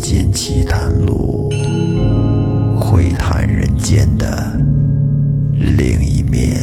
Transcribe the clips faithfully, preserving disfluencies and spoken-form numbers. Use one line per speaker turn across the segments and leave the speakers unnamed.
间奇谈录，会谈人间的另一面。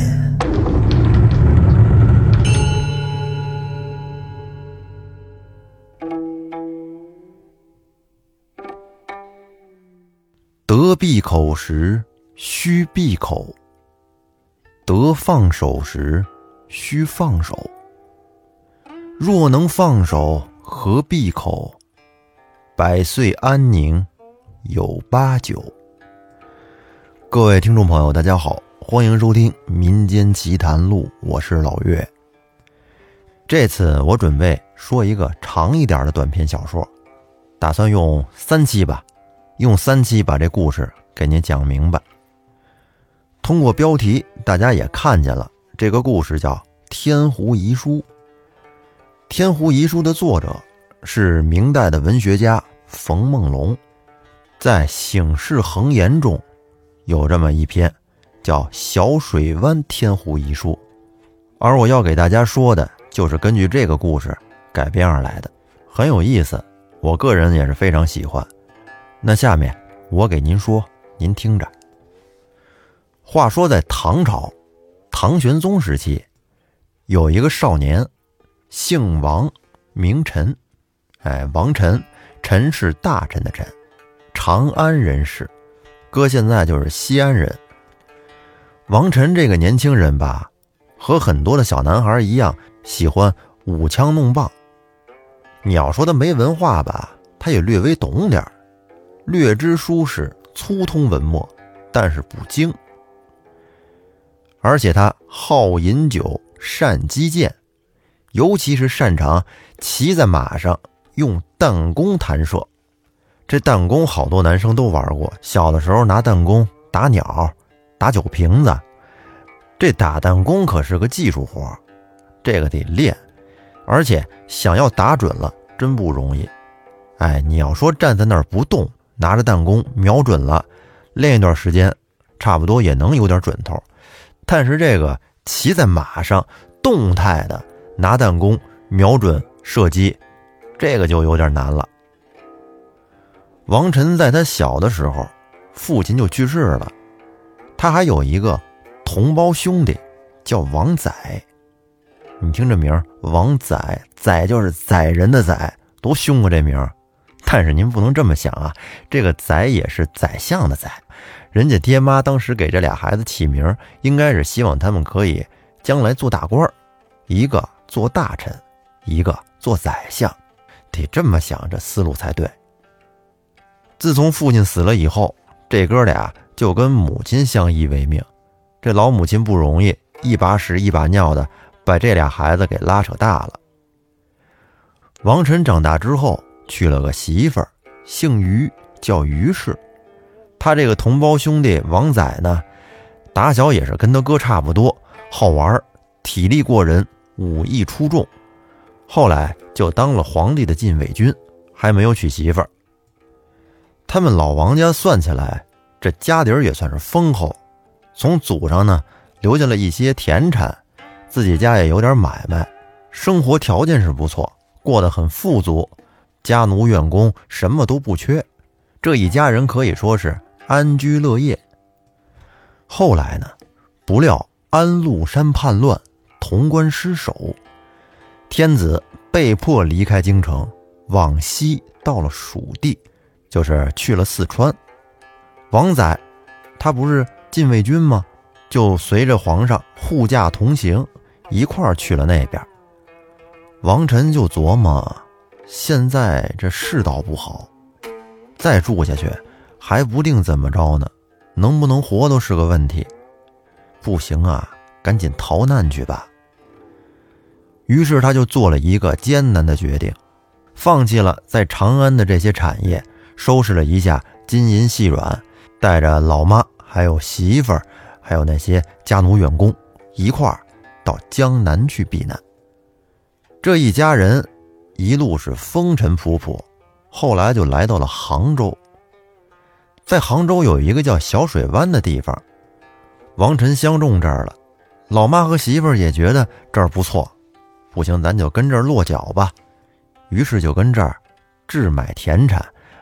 得闭口时须闭口，得放手时须放手。若能放手，何闭口？百岁安宁有八九。各位听众朋友大家好，欢迎收听民间奇谈录，我是老岳。这次我准备说一个长一点的短篇小说，打算用三期吧用三期把这故事给您讲明白。通过标题大家也看见了，这个故事叫《天湖遗书》。《天湖遗书》的作者是明代的文学家冯梦龙，在《醒世恒言》中有这么一篇叫《小水湾天湖遗书》，而我要给大家说的就是根据这个故事改编而来的，很有意思，我个人也是非常喜欢。那下面我给您说，您听着。话说在唐朝唐玄宗时期，有一个少年姓王名臣，哎，王臣，臣是大臣的臣，长安人士，搁现在就是西安人。王臣这个年轻人吧，和很多的小男孩一样，喜欢舞枪弄棒。你要说他没文化吧，他也略微懂点，略知书史，粗通文墨，但是不精。而且他好饮酒，善击剑，尤其是擅长骑在马上用弹弓弹射。这弹弓好多男生都玩过，小的时候拿弹弓打鸟，打酒瓶子。这打弹弓可是个技术活，这个得练，而且想要打准了真不容易。哎，你要说站在那儿不动，拿着弹弓瞄准了，练一段时间差不多也能有点准头。但是这个骑在马上动态的拿弹弓瞄准射击，这个就有点难了。王臣在他小的时候父亲就去世了，他还有一个同胞兄弟叫王载。你听这名，王载，载就是宰人的宰，多凶啊这名。但是您不能这么想啊，这个载也是宰相的宰，人家爹妈当时给这俩孩子起名，应该是希望他们可以将来做大官，一个做大臣，一个做宰相，得这么想，这思路才对。自从父亲死了以后，这哥俩就跟母亲相依为命。这老母亲不容易，一把屎一把尿的把这俩孩子给拉扯大了。王臣长大之后娶了个媳妇儿，姓于，叫于氏。他这个同胞兄弟王载呢，打小也是跟他哥差不多，好玩，体力过人，武艺出众。后来就当了皇帝的禁卫军，还没有娶媳妇儿。他们老王家算起来，这家底儿也算是丰厚，从祖上呢留下了一些田产，自己家也有点买卖，生活条件是不错，过得很富足，家奴院工什么都不缺，这一家人可以说是安居乐业。后来呢，不料安禄山叛乱，潼关失守，天子被迫离开京城，往西到了蜀地，就是去了四川。王载他不是禁卫军吗？就随着皇上护驾同行，一块儿去了那边。王臣就琢磨，现在这世道不好，再住下去还不定怎么着呢，能不能活都是个问题。不行啊，赶紧逃难去吧。于是他就做了一个艰难的决定，放弃了在长安的这些产业，收拾了一下金银细软，带着老妈还有媳妇儿还有那些家奴员工一块儿到江南去避难。这一家人一路是风尘仆仆，后来就来到了杭州。在杭州有一个叫小水湾的地方，王臣相中这儿了，老妈和媳妇儿也觉得这儿不错，不行咱就跟这儿落脚吧。于是就跟这儿置买田产，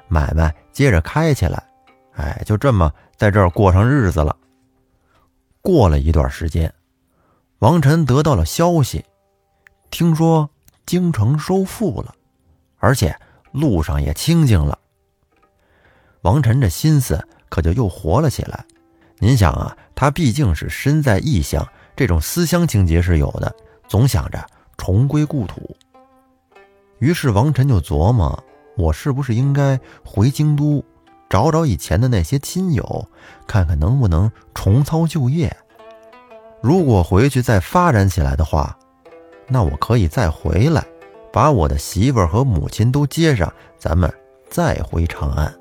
买卖接着开起来，哎，就这么在这儿过上日子了。过了一段时间，王晨得到了消息，听说京城收复了，而且路上也清静了。王晨这心思可就又活了起来。您想啊，他毕竟是身在异乡，这种思乡情节是有的，总想着重归故土。于是王晨就琢磨，我是不是应该回京都找找以前的那些亲友，看看能不能重操旧业。如果回去再发展起来的话，那我可以再回来，把我的媳妇儿和母亲都接上，咱们再回长安。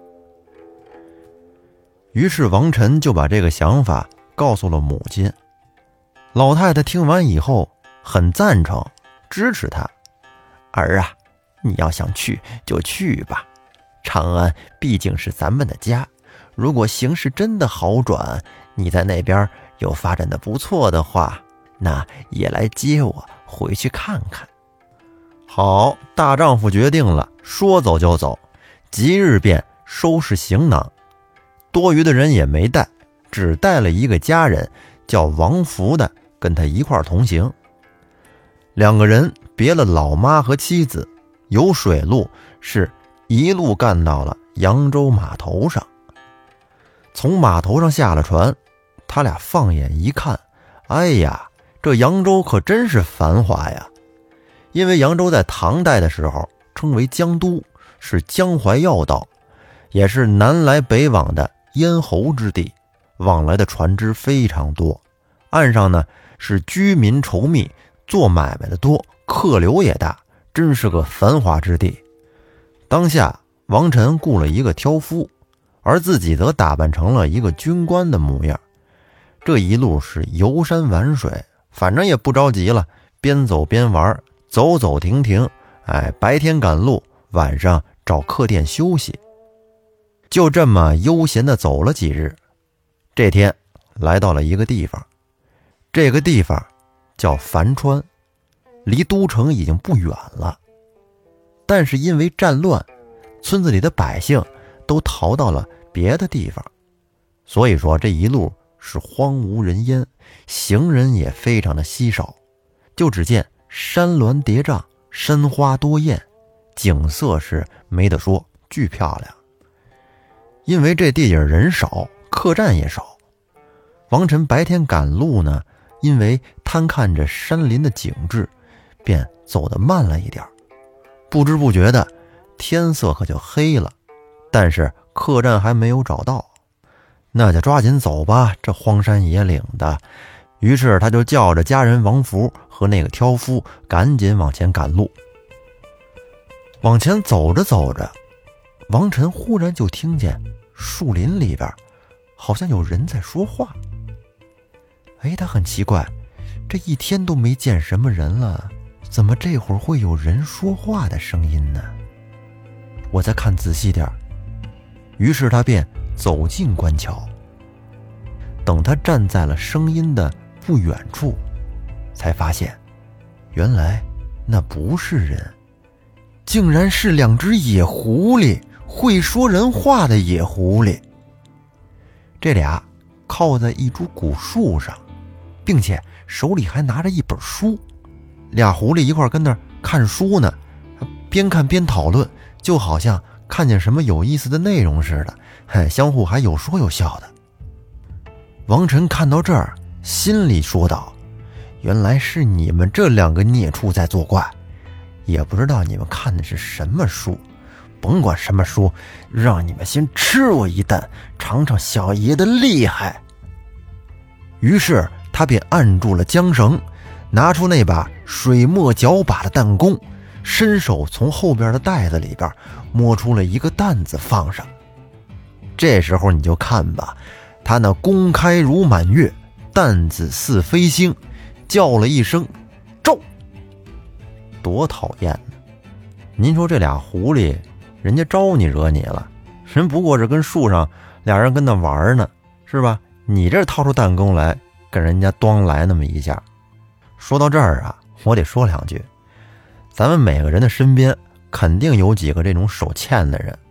于是王晨就把这个想法告诉了母亲。老太太听完以后很赞成，支持他。儿啊，你要想去就去吧，长安毕竟是咱们的家，如果形势真的好转，你在那边有发展的不错的话，那也来接我回去看看。好，大丈夫决定了，说走就走，即日便收拾行囊，多余的人也没带，只带了一个家人叫王福的跟他一块同行。两个人别了老妈和妻子，有水路，是一路干到了扬州码头上。从码头上下了船，他俩放眼一看，哎呀，这扬州可真是繁华呀！因为扬州在唐代的时候称为江都，是江淮要道，也是南来北往的咽喉之地，往来的船只非常多。岸上呢是居民稠密，做买卖的多，客流也大，真是个繁华之地。当下王晨雇了一个挑夫，而自己则打扮成了一个军官的模样。这一路是游山玩水，反正也不着急了，边走边玩，走走停停，哎，白天赶路，晚上找客店休息。就这么悠闲地走了几日，这天来到了一个地方，这个地方叫樊川，离都城已经不远了。但是因为战乱，村子里的百姓都逃到了别的地方，所以说这一路是荒无人烟，行人也非常的稀少。就只见山峦叠嶂，山花多艳，景色是没得说，巨漂亮。因为这地界人少，客栈也少，王晨白天赶路呢，因为贪看着山林的景致，便走得慢了一点，不知不觉的天色可就黑了。但是客栈还没有找到，那就抓紧走吧，这荒山野岭的。于是他就叫着家人王福和那个挑夫赶紧往前赶路。往前走着走着，王晨忽然就听见树林里边好像有人在说话。哎，他很奇怪，这一天都没见什么人了，怎么这会儿会有人说话的声音呢？我再看仔细点。于是他便走近观瞧。等他站在了声音的不远处，才发现原来那不是人，竟然是两只野狐狸，会说人话的野狐狸。这俩靠在一株古树上，并且手里还拿着一本书。俩狐狸一块跟那儿看书呢，边看边讨论，就好像看见什么有意思的内容似的，嘿，相互还有说有笑的。王晨看到这儿，心里说道：原来是你们这两个孽畜在作怪，也不知道你们看的是什么书，甭管什么书，让你们先吃我一啖，尝尝小爷的厉害。于是他便按住了缰绳，拿出那把水墨绞把的弹弓，伸手从后边的袋子里边摸出了一个担子放上。这时候你就看吧，他那弓开如满月，担子似飞星，叫了一声咒，多讨厌呢！您说这俩狐狸，人家招你惹你了，人不过是跟树上俩人跟那玩呢，是吧？你这掏出弹弓来跟人家咣来那么一下。说到这儿啊，我得说两句。咱们每个人的身边肯定有几个这种手欠的人，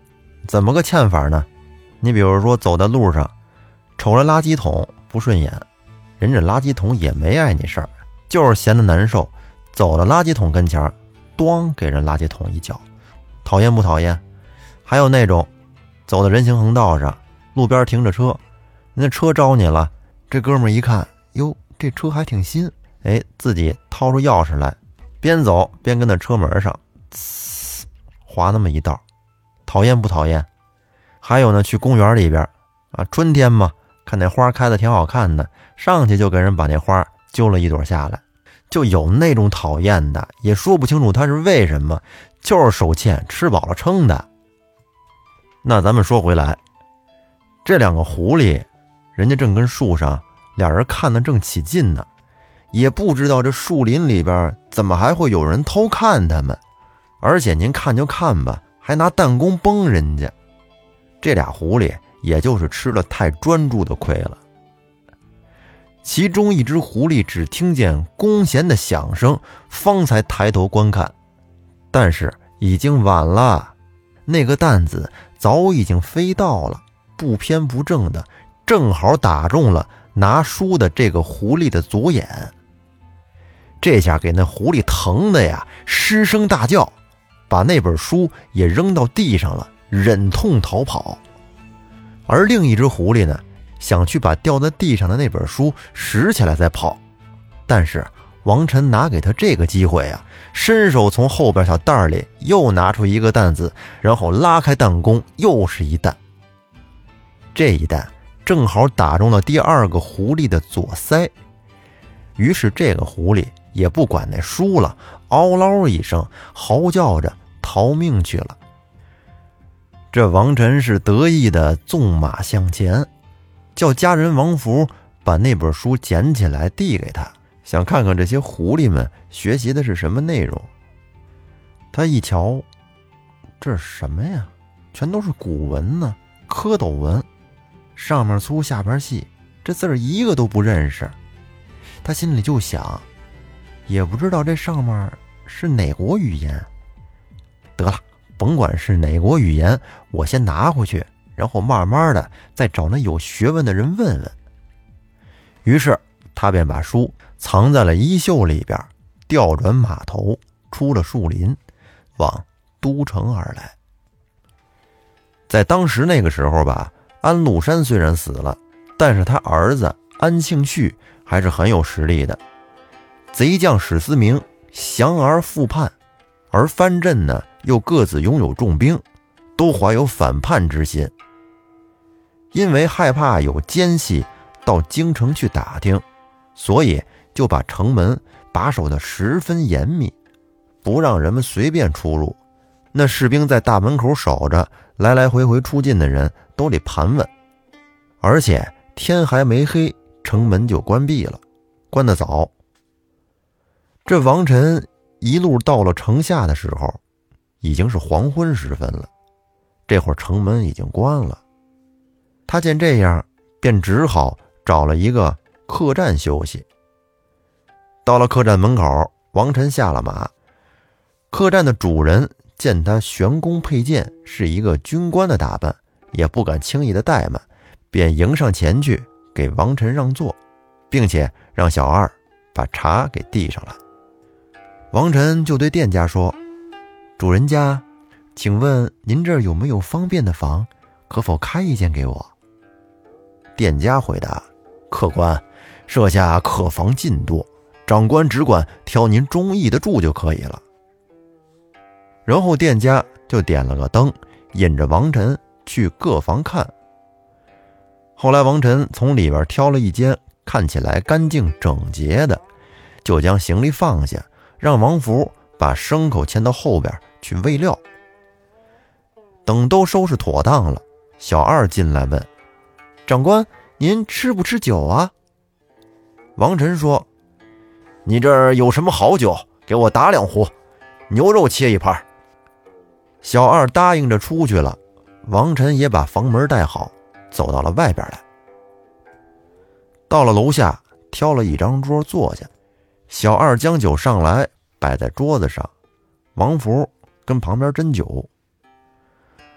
怎么个欠法呢？你比如说走在路上，瞅着垃圾桶不顺眼，人家垃圾桶也没碍你事儿，就是闲得难受，走到垃圾桶跟前，咣给人垃圾桶一脚，讨厌不讨厌？还有那种走到人行横道上，路边停着车，那车招你了，这哥们儿一看，哟，这车还挺新，哎，自己掏出钥匙来，边走边跟那车门上呲划那么一道，讨厌不讨厌？还有呢，去公园里边啊，春天嘛，看那花开的挺好看的，上去就给人把那花揪了一朵下来。就有那种讨厌的，也说不清楚他是为什么，就是手欠，吃饱了撑的。那咱们说回来，这两个狐狸，人家正跟树上俩人看得正起劲呢，也不知道这树林里边怎么还会有人偷看他们，而且您看就看吧，还拿弹弓崩人家。这俩狐狸也就是吃了太专注的亏了。其中一只狐狸只听见弓弦的响声，方才抬头观看，但是已经晚了，那个弹子早已经飞到了，不偏不正的，正好打中了拿书的这个狐狸的左眼。这下给那狐狸疼的呀，失声大叫，把那本书也扔到地上了，忍痛逃跑。而另一只狐狸呢，想去把掉在地上的那本书拾起来再跑，但是王晨拿给他这个机会啊，伸手从后边小袋里又拿出一个弹子，然后拉开弹弓，又是一弹。这一弹正好打中了第二个狐狸的左腮，于是这个狐狸也不管那书了，嗷嗷一声嚎叫着逃命去了。这王晨是得意的纵马向前，叫家人王福把那本书捡起来递给他，想看看这些狐狸们学习的是什么内容。他一瞧，这是什么呀？全都是古文呢，蝌蚪文，上面粗下边细，这字儿一个都不认识。他心里就想，也不知道这上面是哪国语言。得了，甭管是哪国语言，我先拿回去，然后慢慢的再找那有学问的人问问。于是他便把书藏在了衣袖里边，调转马头，出了树林，往都城而来。在当时那个时候吧，安禄山虽然死了，但是他儿子安庆绪还是很有实力的。贼将史思明降而复叛，而藩镇呢又各自拥有重兵，都怀有反叛之心。因为害怕有奸细到京城去打听，所以就把城门把守得十分严密，不让人们随便出入。那士兵在大门口守着，来来回回出进的人都得盘问。而且天还没黑，城门就关闭了，关得早。这王晨一路到了城下的时候，已经是黄昏时分了，这会儿城门已经关了。他见这样，便只好找了一个客栈休息。到了客栈门口，王晨下了马。客栈的主人见他悬弓佩剑，是一个军官的打扮，也不敢轻易的怠慢，便迎上前去给王晨让座，并且让小二把茶给递上来。王晨就对店家说，主人家，请问您这儿有没有方便的房，可否开一间给我？店家回答，客官，设下客房尽多，长官只管挑您中意的住就可以了。然后店家就点了个灯，引着王晨去各房看。后来王晨从里边挑了一间看起来干净整洁的，就将行李放下，让王福把牲口牵到后边去喂料。等都收拾妥当了，小二进来问，长官，您吃不吃酒啊？王晨说，你这儿有什么好酒，给我打两壶，牛肉切一盘。小二答应着出去了，王晨也把房门带好，走到了外边来。到了楼下，挑了一张桌坐下，小二将酒上来摆在桌子上，王福跟旁边斟酒。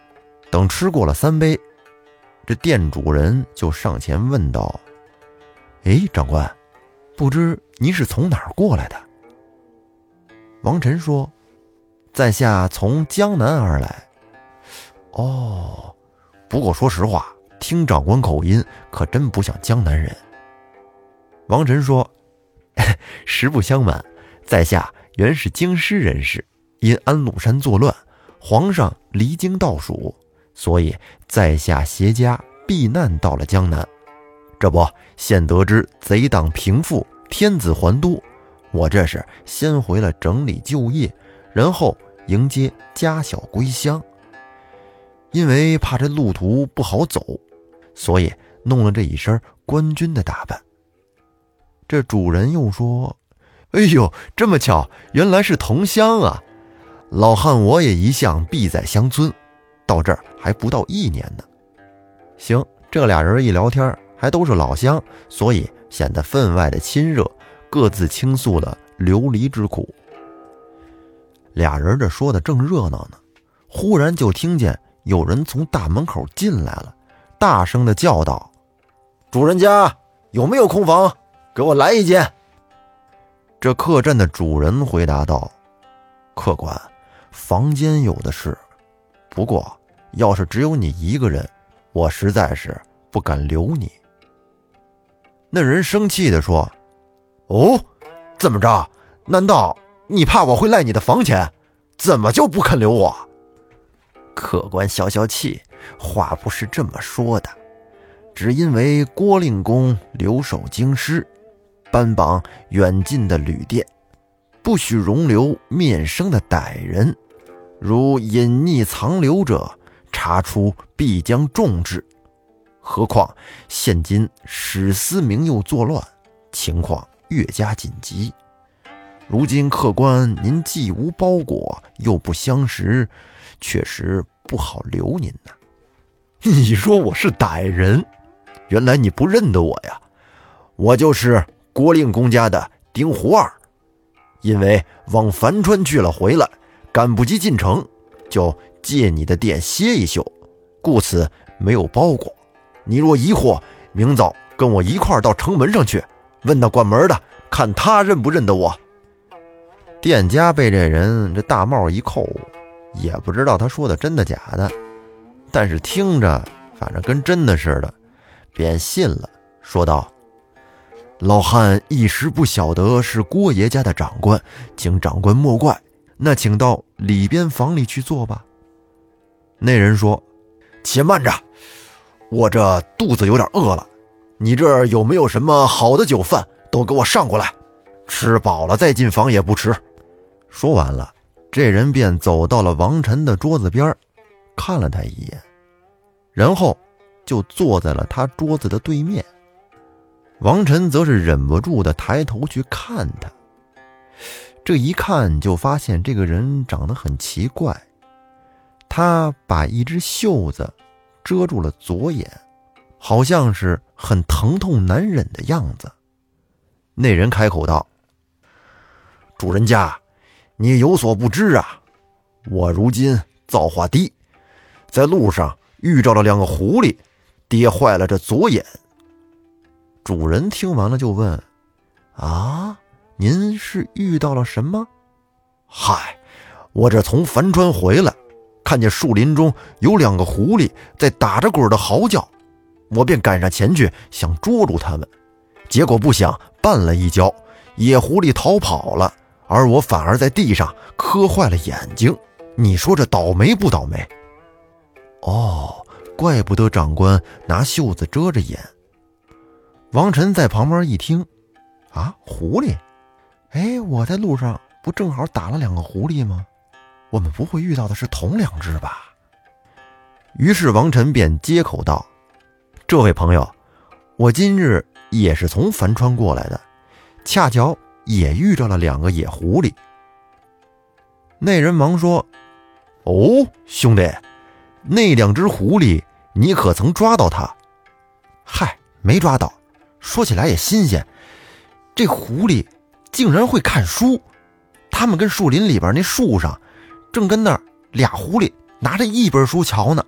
等吃过了三杯，这店主人就上前问道：哎，长官，不知您是从哪儿过来的？王晨说：在下从江南而来。哦，不过说实话，听长官口音可真不像江南人。王晨说：实不相瞒，在下原是京师人士，因安禄山作乱，皇上离京倒蜀，所以在下携家避难到了江南。这不，现得知贼党平复，天子还都，我这是先回了整理旧业，然后迎接家小归乡。因为怕这路途不好走，所以弄了这一身官军的打扮。这主人又说：哎呦，这么巧，原来是同乡啊！老汉我也一向避在乡村，到这儿还不到一年呢。行，这俩人一聊天，还都是老乡，所以显得分外的亲热，各自倾诉了流离之苦。俩人这说的正热闹呢，忽然就听见有人从大门口进来了，大声的叫道：主人家有没有空房？给我来一间。这客栈的主人回答道：客官，房间有的是，不过要是只有你一个人，我实在是不敢留你。那人生气地说：哦，怎么着？难道你怕我会赖你的房钱？怎么就不肯留我？客官消消气，话不是这么说的，只因为郭令公留守京师，颁榜远近的旅店，不许容留面生的歹人，如隐匿藏留者，查出必将重治。何况现今史思明又作乱，情况越加紧急。如今客官您既无包裹，又不相识，确实不好留您呢。你说我是歹人？原来你不认得我呀！我就是郭令公家的丁胡二，因为往樊川去了回来，赶不及进城，就借你的店歇一宿，故此没有包裹。你若疑惑，明早跟我一块到城门上去，问那管门的，看他认不认得我。店家被这人这大帽一扣，也不知道他说的真的假的，但是听着反正跟真的似的，便信了，说道：老汉一时不晓得是郭爷家的长官，请长官莫怪，那请到里边房里去坐吧。那人说：且慢着，我这肚子有点饿了，你这儿有没有什么好的酒饭，都给我上过来，吃饱了再进房也不迟。说完了，这人便走到了王晨的桌子边，看了他一眼，然后就坐在了他桌子的对面。王晨则是忍不住的抬头去看他，这一看就发现这个人长得很奇怪，他把一只袖子遮住了左眼，好像是很疼痛难忍的样子。那人开口道：主人家，你有所不知啊，我如今造化低，在路上遇着了两个狐狸，跌坏了这左眼。主人听完了就问：啊，您是遇到了什么？嗨，我这从樊川回来，看见树林中有两个狐狸在打着滚的嚎叫，我便赶上前去想捉住他们，结果不想绊了一跤，野狐狸逃跑了，而我反而在地上磕坏了眼睛。你说这倒霉不倒霉？哦，怪不得长官拿袖子遮着眼。王晨在旁边一听，啊，狐狸？哎，我在路上不正好打了两个狐狸吗？我们不会遇到的是同两只吧？于是王晨便接口道：这位朋友，我今日也是从樊川过来的，恰巧也遇着了两个野狐狸。那人忙说：哦，兄弟，那两只狐狸你可曾抓到它？嗨，没抓到。说起来也新鲜，这狐狸竟然会看书。他们跟树林里边那树上正跟那儿俩狐狸拿着一本书瞧呢，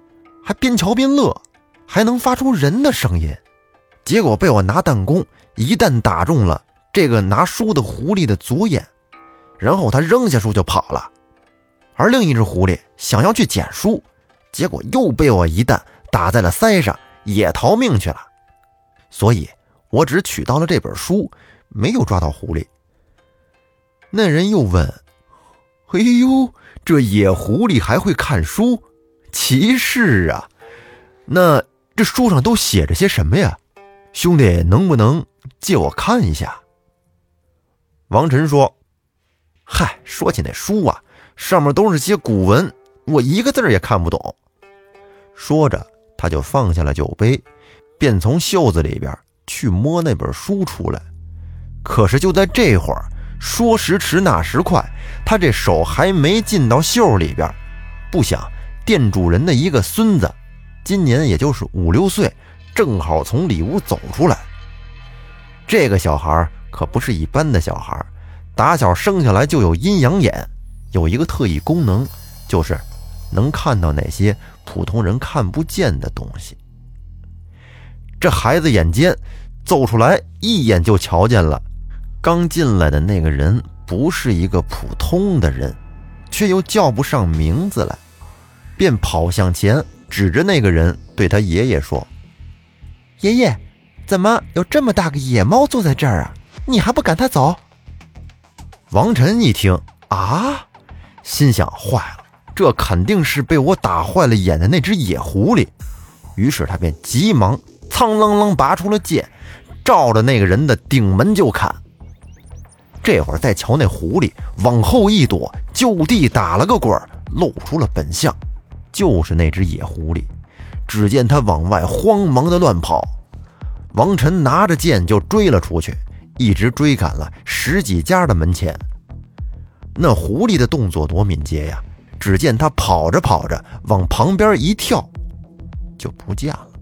还边瞧边乐，还能发出人的声音。结果被我拿弹弓一弹打中了这个拿书的狐狸的左眼，然后他扔下书就跑了。而另一只狐狸想要去捡书，结果又被我一弹打在了腮上，也逃命去了。所以我只取到了这本书，没有抓到狐狸。那人又问：哎呦，这野狐狸还会看书？奇事啊！那这书上都写着些什么呀？兄弟，能不能借我看一下？王晨说：嗨，说起那书啊，上面都是些古文，我一个字也看不懂。说着他就放下了酒杯，便从袖子里边去摸那本书出来。可是就在这会儿，说时迟那时快，他这手还没进到袖里边，不想店主人的一个孙子，今年也就是五六岁，正好从里屋走出来。这个小孩可不是一般的小孩，打小生下来就有阴阳眼，有一个特异功能，就是能看到那些普通人看不见的东西。这孩子眼尖，走出来一眼就瞧见了，刚进来的那个人不是一个普通的人，却又叫不上名字来，便跑向前，指着那个人对他爷爷说：爷爷，怎么有这么大个野猫坐在这儿啊？你还不赶它走？王晨一听啊，心想坏了，这肯定是被我打坏了眼的那只野狐狸。于是他便急忙苍啷啷拔出了剑，照着那个人的顶门就砍。这会儿再瞧那狐狸往后一躲，就地打了个滚，露出了本相，就是那只野狐狸。只见他往外慌忙的乱跑，王晨拿着剑就追了出去，一直追赶了十几家的门前。那狐狸的动作多敏捷呀！只见他跑着跑着往旁边一跳，就不见了。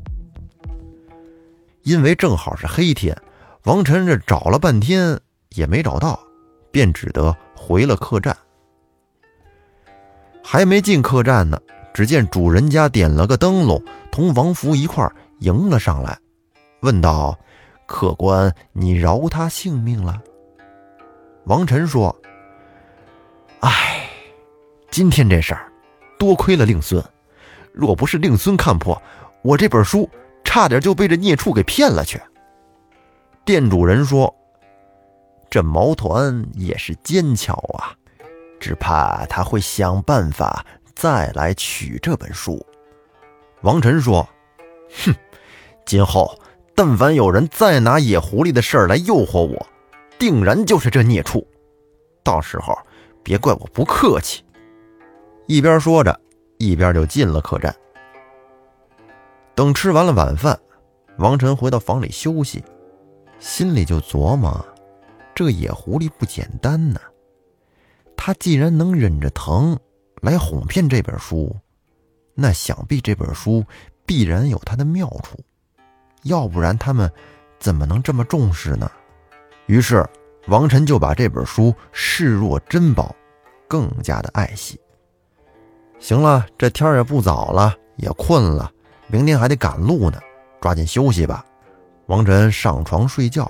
因为正好是黑天，王晨这找了半天也没找到，便只得回了客栈。还没进客栈呢，只见主人家点了个灯笼，同王福一块迎了上来，问道：客官，你饶他性命了？王晨说：唉，今天这事儿多亏了令孙，若不是令孙看破，我这本书差点就被这孽畜给骗了去。店主人说：这毛团也是奸巧啊，只怕他会想办法再来取这本书。王晨说：哼，今后但凡有人再拿野狐狸的事儿来诱惑我，定然就是这孽畜，到时候别怪我不客气。一边说着，一边就进了客栈。等吃完了晚饭，王晨回到房里休息，心里就琢磨，这个野狐狸不简单呢。他既然能忍着疼来哄骗这本书，那想必这本书必然有它的妙处，要不然他们怎么能这么重视呢？于是王晨就把这本书视若珍宝，更加的爱惜。行了，这天也不早了，也困了，明天还得赶路呢，抓紧休息吧。王晨上床睡觉。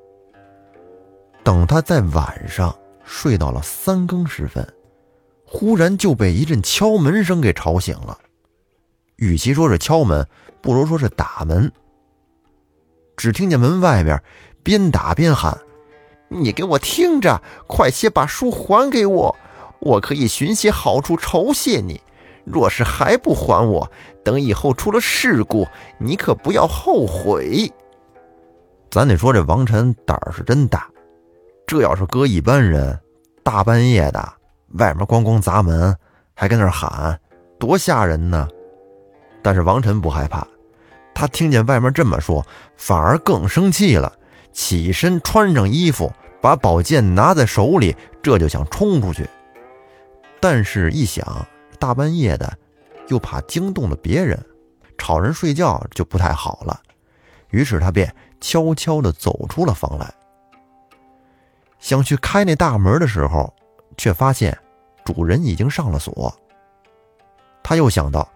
等他在晚上睡到了三更时分，忽然就被一阵敲门声给吵醒了。与其说是敲门，不如说是打门。只听见门外边边打边喊：你给我听着，快些把书还给我，我可以寻些好处酬谢你，若是还不还我，等以后出了事故，你可不要后悔。咱得说这王晨胆儿是真大，这要是搁一般人，大半夜的外面咣咣砸门，还跟那儿喊，多吓人呢。但是王晨不害怕，他听见外面这么说，反而更生气了，起身穿上衣服，把宝剑拿在手里，这就想冲出去。但是一想，大半夜的又怕惊动了别人，吵人睡觉就不太好了，于是他便悄悄地走出了房来。想去开那大门的时候，却发现主人已经上了锁。他又想到，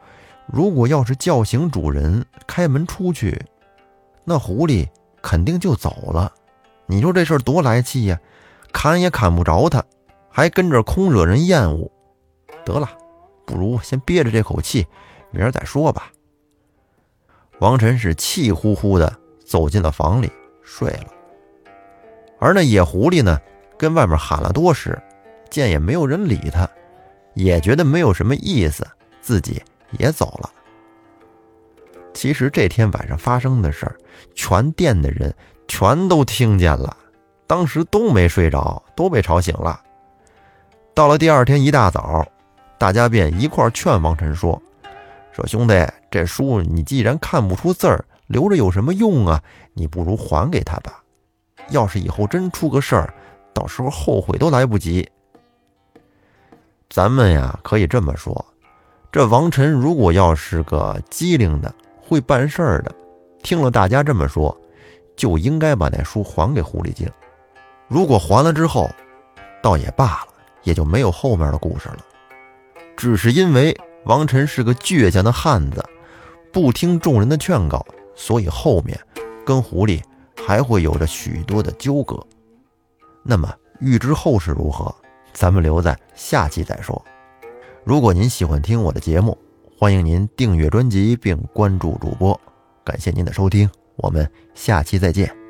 如果要是叫醒主人开门出去，那狐狸肯定就走了。你说这事儿多来气呀，看也看不着他，还跟着空惹人厌恶。得了，不如先憋着这口气，明儿再说吧。王晨是气呼呼的走进了房里睡了。而那野狐狸呢，跟外面喊了多时，见也没有人理他，也觉得没有什么意思，自己也走了。其实这天晚上发生的事儿，全店的人全都听见了，当时都没睡着，都被吵醒了。到了第二天一大早，大家便一块劝王晨说说兄弟，这书你既然看不出字儿，留着有什么用啊？你不如还给他吧，要是以后真出个事儿，到时候后悔都来不及。咱们呀可以这么说，这王晨如果要是个机灵的会办事儿的，听了大家这么说，就应该把那书还给狐狸精。如果还了之后倒也罢了，也就没有后面的故事了。只是因为王晨是个倔强的汉子，不听众人的劝告，所以后面跟狐狸还会有着许多的纠葛。那么预知后事如何，咱们留在下期再说。如果您喜欢听我的节目，欢迎您订阅专辑并关注主播，感谢您的收听，我们下期再见。